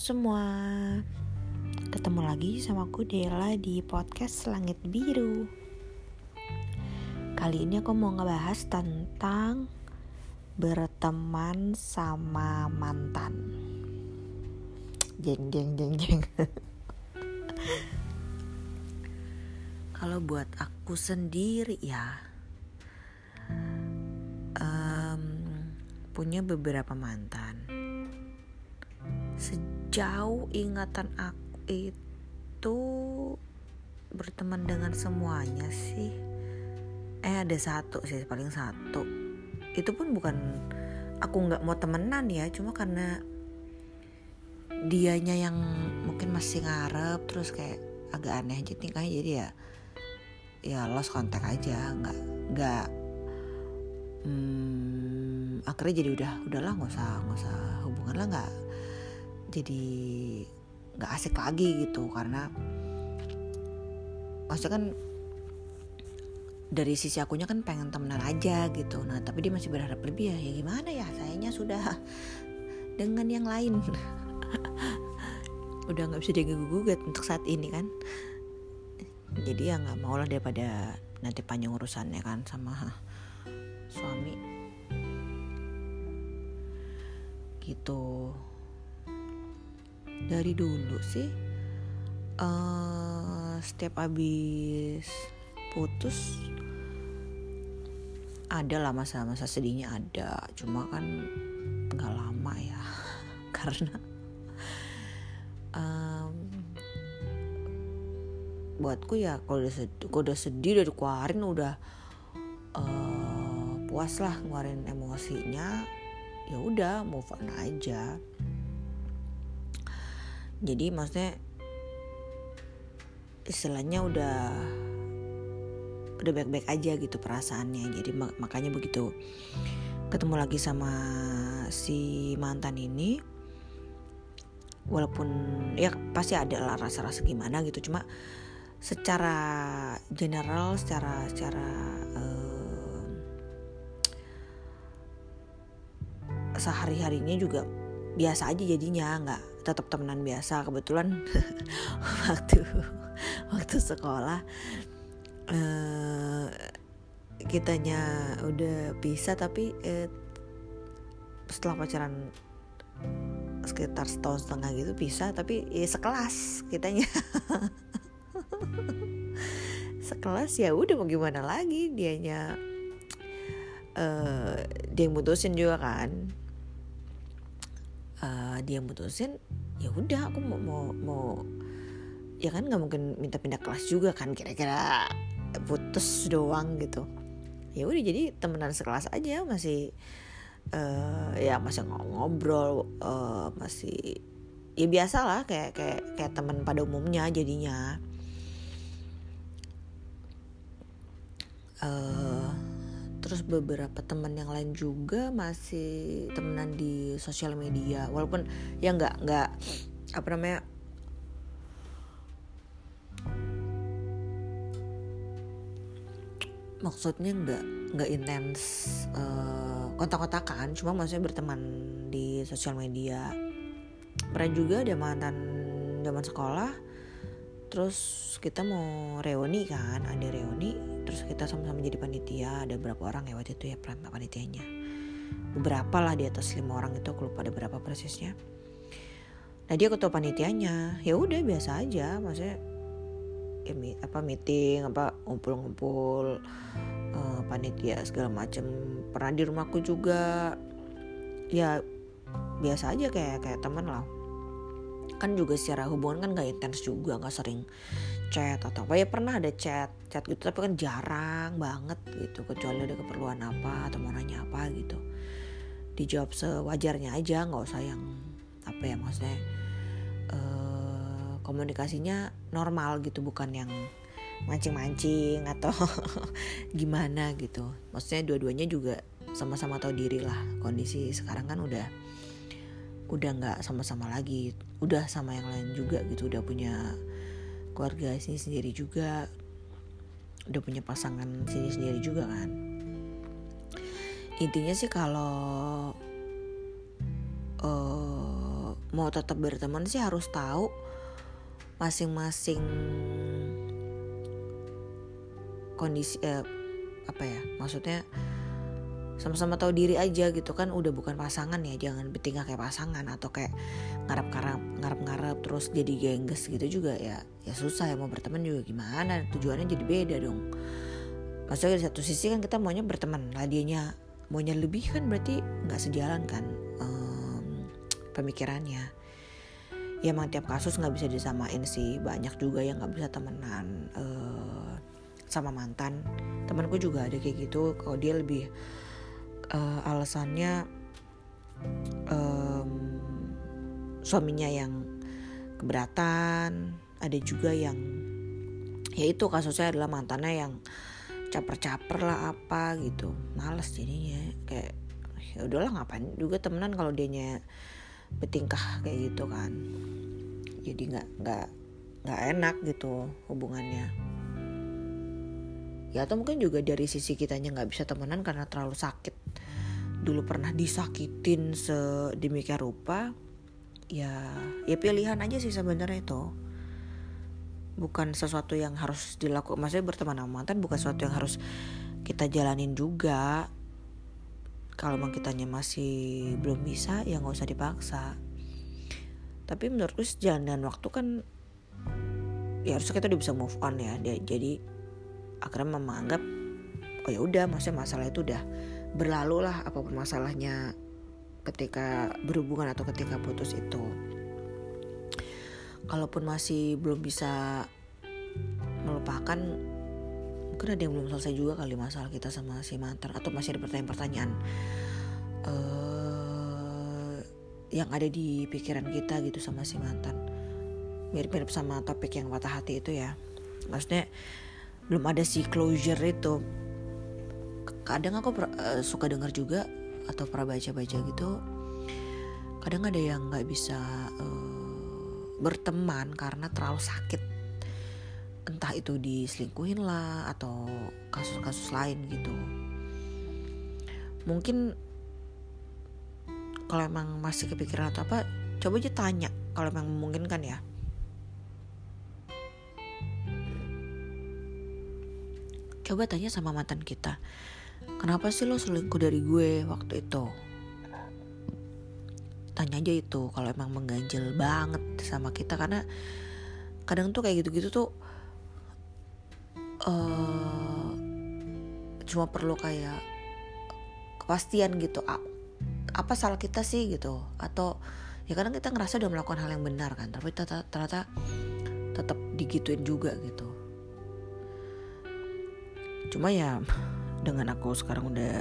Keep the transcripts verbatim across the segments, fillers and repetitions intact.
semua, ketemu lagi sama aku Dela di podcast Langit Biru. Kali ini aku mau ngebahas tentang berteman sama mantan. Jeng jeng jeng jeng. Kalau buat aku sendiri ya, um, punya beberapa mantan. Sejauh ingatan aku itu berteman dengan semuanya sih. Eh ada satu sih, paling satu. Itu pun bukan aku gak mau temenan ya, cuma karena dianya yang mungkin masih ngarep, terus kayak agak aneh aja tingkahnya, jadi ya ya lost contact aja, nggak nggak hmm, akhirnya jadi udah udahlah nggak usah nggak usah hubungan lah, nggak jadi nggak asik lagi gitu. Karena maksudnya kan dari sisi akunya kan pengen temenan aja gitu, nah tapi dia masih berharap lebih, ya ya gimana ya, sayangnya sudah dengan yang lain. Udah nggak bisa diganggu gugat untuk saat ini kan, jadi ya nggak mau lah daripada nanti panjang urusannya kan sama suami gitu. Dari dulu sih uh, setiap habis putus ada lah masa-masa sedihnya, ada, cuma kan nggak lama ya. Karena um, buatku ya kalau udah sedih, kalau udah sedih udah dikeluarin, udah uh, puas lah ngeluarin emosinya, ya udah move on aja. Jadi maksudnya istilahnya udah udah baik-baik aja gitu perasaannya. Jadi mak- makanya begitu ketemu lagi sama si mantan ini, walaupun ya pasti ada lah rasa-rasa gimana gitu, cuma secara general, secara secara uh, sehari-harinya juga biasa aja jadinya, nggak tetap temenan biasa. Kebetulan waktu waktu sekolah uh, kitanya udah pisah, tapi uh, setelah pacaran sekitar setahun setengah gitu pisah, tapi ya sekelas kitanya. Sekelas, ya udah mau gimana lagi, dianya uh, dia yang mutusin juga kan. Uh, dia mutusin, ya udah aku mau mau mau ya kan nggak mungkin minta pindah kelas juga kan, kira-kira putus doang gitu. Ya udah jadi temenan sekelas aja, masih uh, ya masih ngobrol, uh, masih ya biasa lah kayak kayak kayak teman pada umumnya jadinya. Uh, Terus beberapa teman yang lain juga masih temenan di sosial media, walaupun ya nggak nggak apa namanya maksudnya nggak nggak intens uh, kontak-kontakan, cuma maksudnya berteman di sosial media. Pernah juga ada mantan zaman sekolah, terus kita mau reuni kan, ada reuni, terus kita sama-sama jadi panitia. Ada berapa orang ya waktu itu ya panitianya, beberapa lah, di atas lima orang itu, aku lupa ada berapa persisnya. Nah dia ketua panitianya, ya udah biasa aja, maksudnya ya apa meeting apa ngumpul-ngumpul uh, panitia segala macam. Pernah di rumahku juga, ya biasa aja kayak kayak teman lah. Kan juga secara hubungan kan gak intens juga, gak sering chat atau apa. Ya pernah ada chat chat gitu, tapi kan jarang banget gitu, kecuali ada keperluan apa atau mau nanya apa gitu, dijawab sewajarnya aja, gak usah yang apa ya, maksudnya uh, komunikasinya normal gitu, bukan yang mancing-mancing atau gimana gitu. Maksudnya dua-duanya juga sama-sama tahu diri lah, kondisi sekarang kan udah udah nggak sama-sama lagi, udah sama yang lain juga gitu, udah punya keluarga sini sendiri juga, udah punya pasangan sini sendiri juga kan. Intinya sih kalau uh, mau tetap berteman sih harus tahu masing-masing kondisi eh, apa ya maksudnya sama-sama tahu diri aja gitu kan, udah bukan pasangan ya, jangan bertingkah kayak pasangan atau kayak ngarep-ngarep ngarep-ngarep terus jadi gengges gitu juga ya ya susah ya, mau berteman juga gimana, tujuannya jadi beda dong. Maksudnya di satu sisi kan kita maunya berteman lah, dianya maunya lebih kan berarti nggak sejalan kan um, pemikirannya. Ya emang tiap kasus nggak bisa disamain sih, banyak juga yang nggak bisa temenan uh, sama mantan. Temanku juga ada kayak gitu, kalau dia lebih uh, alasannya um, suaminya yang keberatan, ada juga yang ya itu kasusnya adalah mantannya yang caper-caper lah apa gitu, males jadinya kayak ya udahlah ngapain juga temenan kalau dianya bertingkah kayak gitu kan, jadi nggak nggak nggak enak gitu hubungannya. Ya atau mungkin juga dari sisi kitanya nggak bisa temenan karena terlalu sakit, dulu pernah disakitin sedemikian rupa. Ya ya pilihan aja sih sebenarnya itu, bukan sesuatu yang harus dilakukan. Maksudnya berteman sama mantan bukan sesuatu yang harus kita jalanin juga. Kalau memang kitanya masih belum bisa ya nggak usah dipaksa. Tapi menurutku sejalan dengan waktu kan ya harusnya kita udah bisa move on ya. Jadi akhirnya mama anggap oh ya udah, maksudnya masalah itu udah berlalu lah, apapun masalahnya ketika berhubungan atau ketika putus itu. Kalaupun masih belum bisa melupakan, mungkin ada yang belum selesai juga kali masalah kita sama si mantan, atau masih ada pertanyaan-pertanyaan uh, yang ada di pikiran kita gitu sama si mantan. Mirip-mirip sama topik yang patah hati itu ya, maksudnya belum ada si closure itu. Kadang aku uh, suka dengar juga atau pernah baca-baca gitu, kadang ada yang nggak bisa uh, berteman karena terlalu sakit, entah itu diselingkuhin lah atau kasus-kasus lain gitu. Mungkin kalau emang masih kepikiran atau apa, coba aja tanya kalau emang memungkinkan ya. Coba tanya sama mantan kita, kenapa sih lo selingkuh dari gue waktu itu? Tanya aja itu kalau emang mengganjal banget sama kita, karena kadang tuh kayak gitu-gitu tuh uh, cuma perlu kayak kepastian gitu, apa salah kita sih gitu, atau ya kadang kita ngerasa udah melakukan hal yang benar kan, tapi ternyata, ternyata tetap digituin juga gitu. Cuma ya dengan aku sekarang udah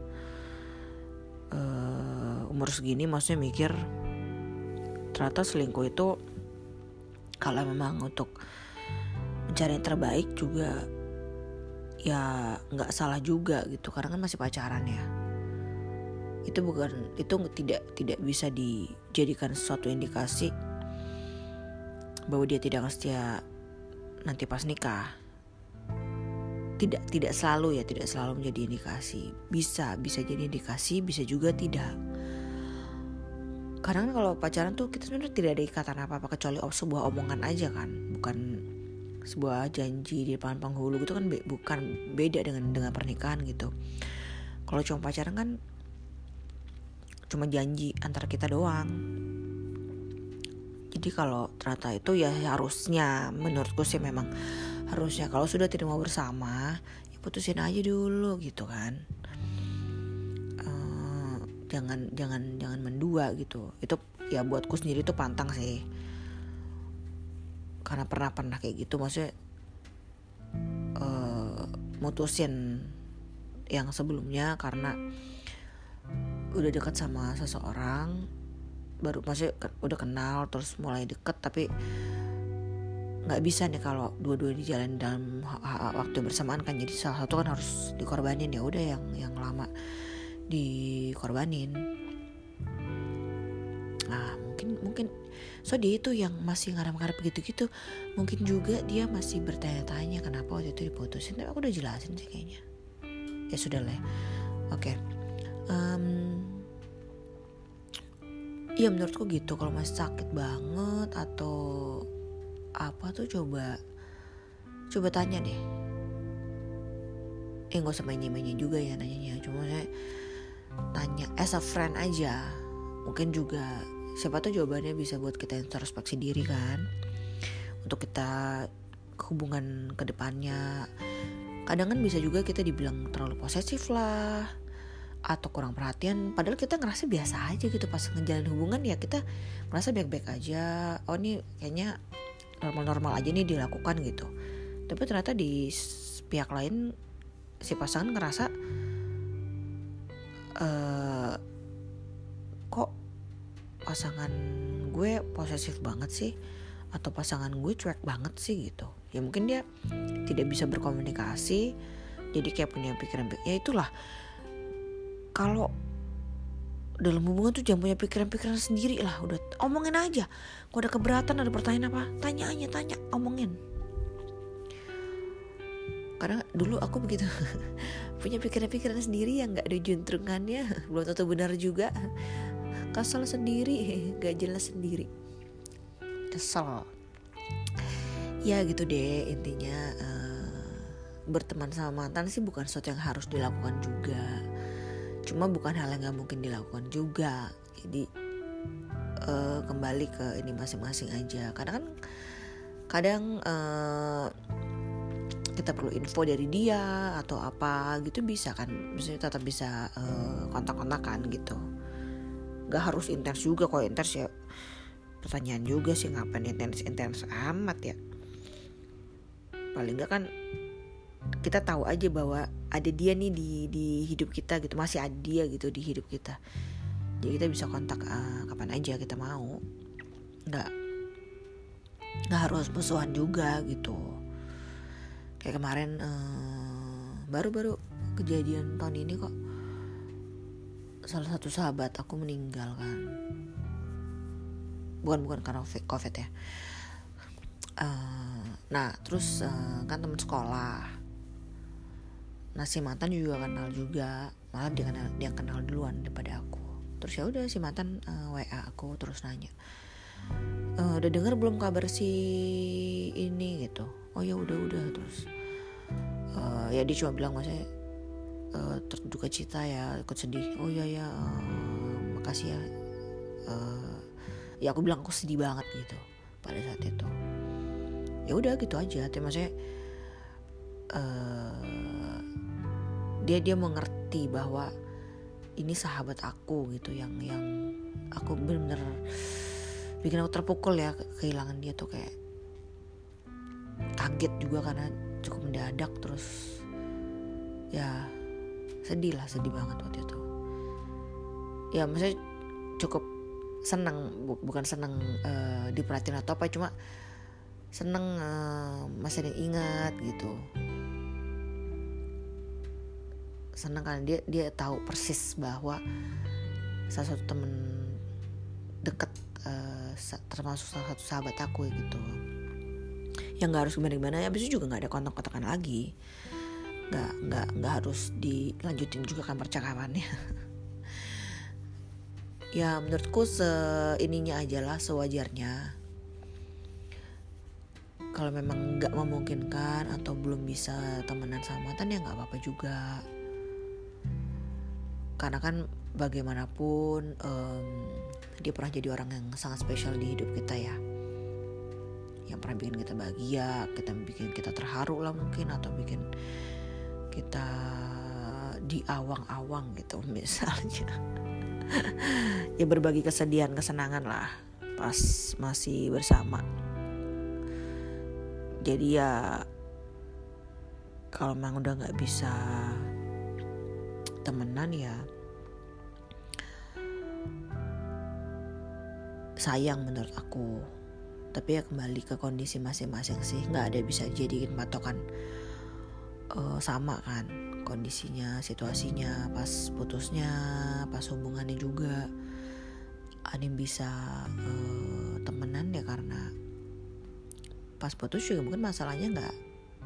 uh, umur segini, maksudnya mikir ternyata selingkuh itu kalau memang untuk mencari yang terbaik juga ya nggak salah juga gitu, karena kan masih pacaran ya. Itu bukan, itu tidak tidak bisa dijadikan sesuatu indikasi bahwa dia tidak setia nanti pas nikah. Tidak tidak selalu ya, tidak selalu menjadi indikasi. Bisa bisa jadi indikasi, bisa juga tidak. Karena kalau pacaran tuh kita sebenarnya tidak ada ikatan apa-apa kecuali sebuah omongan aja kan, bukan sebuah janji di depan penghulu gitu kan, be- bukan beda dengan dengan pernikahan gitu. Kalau cuma pacaran kan cuma janji antara kita doang. Jadi kalau ternyata itu ya harusnya, menurutku sih memang harusnya kalau sudah tidak mau bersama ya putusin aja dulu gitu kan. Uh, jangan jangan jangan mendua gitu. Itu ya buatku sendiri tuh pantang sih. Karena pernah-pernah kayak gitu, maksudnya uh, mutusin yang sebelumnya karena udah dekat sama seseorang, baru maksudnya udah kenal terus mulai deket, tapi nggak bisa nih kalau dua-dua dijalani dalam waktu bersamaan kan, jadi salah satu kan harus dikorbanin, ya udah yang yang lama dikorbanin. Nah mungkin mungkin so dia itu yang masih ngarep-ngarep gitu-gitu, mungkin juga dia masih bertanya-tanya kenapa waktu itu diputusin, tapi aku udah jelasin sih kayaknya. Ya sudah lah. Oke. Okay. Um, Iya menurutku gitu. Kalau masih sakit banget atau apa tuh coba coba tanya deh. Eh nggak usah menye-menye juga ya nanyanya, cuma saya tanya as a friend aja. Mungkin juga siapa tahu jawabannya bisa buat kita introspeksi diri kan, untuk kita hubungan kedepannya. Kadang kan bisa juga kita dibilang terlalu posesif lah, atau kurang perhatian, padahal kita ngerasa biasa aja gitu pas ngejalan hubungan. Ya kita ngerasa baik-baik aja, oh ini kayaknya normal-normal aja nih dilakukan gitu. Tapi ternyata di pihak lain si pasangan ngerasa uh, kok pasangan gue posesif banget sih, atau pasangan gue cuek banget sih gitu. Ya mungkin dia tidak bisa berkomunikasi, jadi kayak punya pikiran, ya itulah. Kalau dalam hubungan tuh jangan punya pikiran-pikiran sendiri lah. Udah omongin aja. Kalau ada keberatan, ada pertanyaan apa, tanya aja, tanya, omongin. Karena dulu aku begitu punya pikiran-pikiran sendiri yang gak ada juntrungannya, belum tentu benar juga. Kesel sendiri, gak jelas sendiri, kesel. Ya gitu deh intinya. uh, Berteman sama mantan sih bukan sesuatu yang harus dilakukan juga, cuma bukan hal yang gak mungkin dilakukan juga. Jadi uh, kembali ke ini masing-masing aja. Kadang kan kadang uh, kita perlu info dari dia atau apa gitu, bisa kan, misalnya tetap bisa uh, kontak-kontakan gitu. Gak harus intens juga. Kalau intens ya pertanyaan juga sih, ngapain intens-intens amat ya. Paling gak kan kita tahu aja bahwa ada dia nih di di hidup kita gitu, masih ada dia gitu di hidup kita. Jadi kita bisa kontak uh, kapan aja kita mau. Nggak nggak harus musuhan juga gitu. Kayak kemarin uh, baru-baru kejadian tahun ini kok, salah satu sahabat aku meninggal kan. Bukan bukan karena covid ya. Uh, nah terus uh, kan teman sekolah. Nah si mantan juga kenal juga, malah dia kenal, dia kenal duluan daripada aku. Terus ya udah si mantan uh, W A aku terus nanya, e, udah dengar belum kabar si ini gitu. Oh ya udah udah terus uh, ya dia cuma bilang maksudnya uh, terduga cita ya, ikut sedih. Oh ya ya uh, makasih ya. Uh, ya aku bilang aku sedih banget gitu pada saat itu. Ya udah gitu aja. Tapi maksudnya uh, dia dia mengerti bahwa ini sahabat aku gitu, yang yang aku benar-benar bikin aku terpukul ya kehilangan dia tuh, kayak kaget juga karena cukup mendadak. Terus ya sedih lah, sedih banget waktu itu. Ya maksudnya cukup senang, bukan senang uh, diperhatiin atau apa, cuma senang uh, masih ada yang ingat gitu. Senang karena dia dia tahu persis bahwa salah satu temen dekat, uh, termasuk salah satu sahabat aku gitu, yang nggak harus gimana-gimana. Ya abis itu juga nggak ada kontak-kontakan lagi, nggak nggak nggak harus dilanjutin juga kan percakapannya. Ya menurutku seininya aja lah, sewajarnya. Kalau memang nggak memungkinkan atau belum bisa temenan sama mantan ya nggak apa-apa juga. Karena kan bagaimanapun um, dia pernah jadi orang yang sangat spesial di hidup kita ya, yang pernah bikin kita bahagia, kita bikin kita terharu lah mungkin, atau bikin kita diawang-awang gitu misalnya. Ya berbagi kesedihan, kesenangan lah pas masih bersama. Jadi ya kalau memang udah gak bisa temenan ya sayang menurut aku. Tapi ya kembali ke kondisi masing-masing sih, gak ada bisa jadiin patokan uh, sama kan kondisinya, situasinya pas putusnya, pas hubungannya juga. Ada yang bisa uh, temenan ya karena pas putus juga mungkin masalahnya gak,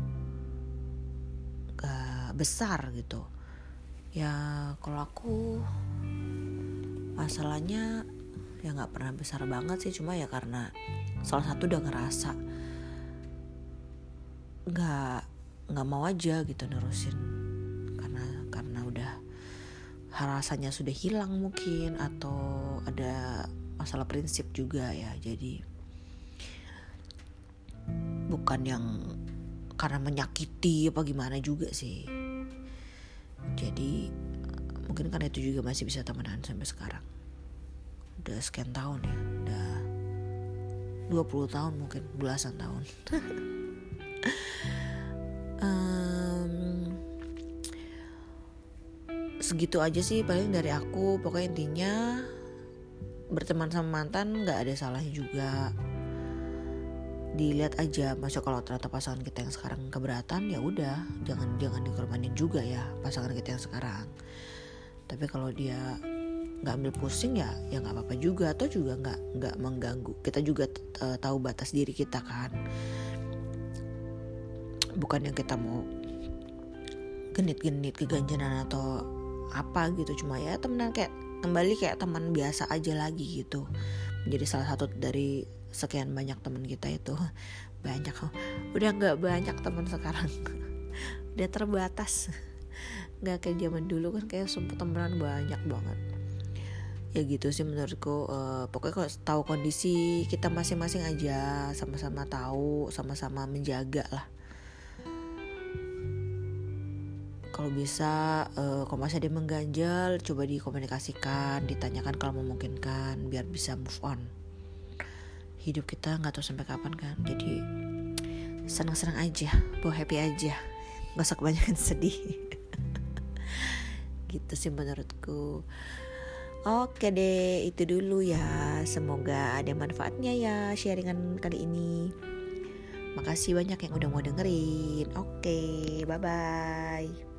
gak besar gitu. Ya kalau aku masalahnya ya nggak pernah besar banget sih, cuma ya karena salah satu udah ngerasa nggak nggak mau aja gitu nerusin, karena karena udah rasanya sudah hilang mungkin, atau ada masalah prinsip juga ya. Jadi bukan yang karena menyakiti apa gimana juga sih. Jadi mungkin karena itu juga masih bisa temenan sampai sekarang. Udah sekian tahun ya, udah dua puluh tahun mungkin, belasan tahun. um, segitu aja sih paling dari aku. Pokoknya intinya berteman sama mantan gak ada salahnya juga. Dilihat aja, maksudnya kalau ternyata pasangan kita yang sekarang keberatan, ya udah, jangan jangan dikorbanin juga ya pasangan kita yang sekarang. Tapi kalau dia nggak ambil pusing ya ya nggak apa-apa juga, atau juga nggak nggak mengganggu. Kita juga uh, tahu batas diri kita kan, bukan yang kita mau genit-genit keganjanan atau apa gitu. Cuma ya temenan kayak kembali kayak teman biasa aja lagi gitu, menjadi salah satu dari sekian banyak teman kita itu. Banyak, udah nggak banyak teman sekarang. Udah terbatas, nggak kayak zaman dulu kan kayak sumpah temenan banyak banget. Ya gitu sih menurutku. Uh, pokoknya kalau tahu kondisi kita masing-masing aja, sama-sama tahu, sama-sama menjaga lah. Kalau bisa uh, kalau masih ada yang mengganjal, coba dikomunikasikan, ditanyakan kalau memungkinkan, biar bisa move on. Hidup kita nggak tahu sampai kapan kan, jadi senang-senang aja, bawa happy aja, nggak usah kebanyakan sedih. Gitu sih menurutku. Oke deh, itu dulu ya. Semoga ada manfaatnya ya sharingan kali ini. Makasih banyak yang udah mau dengerin. Oke, bye bye.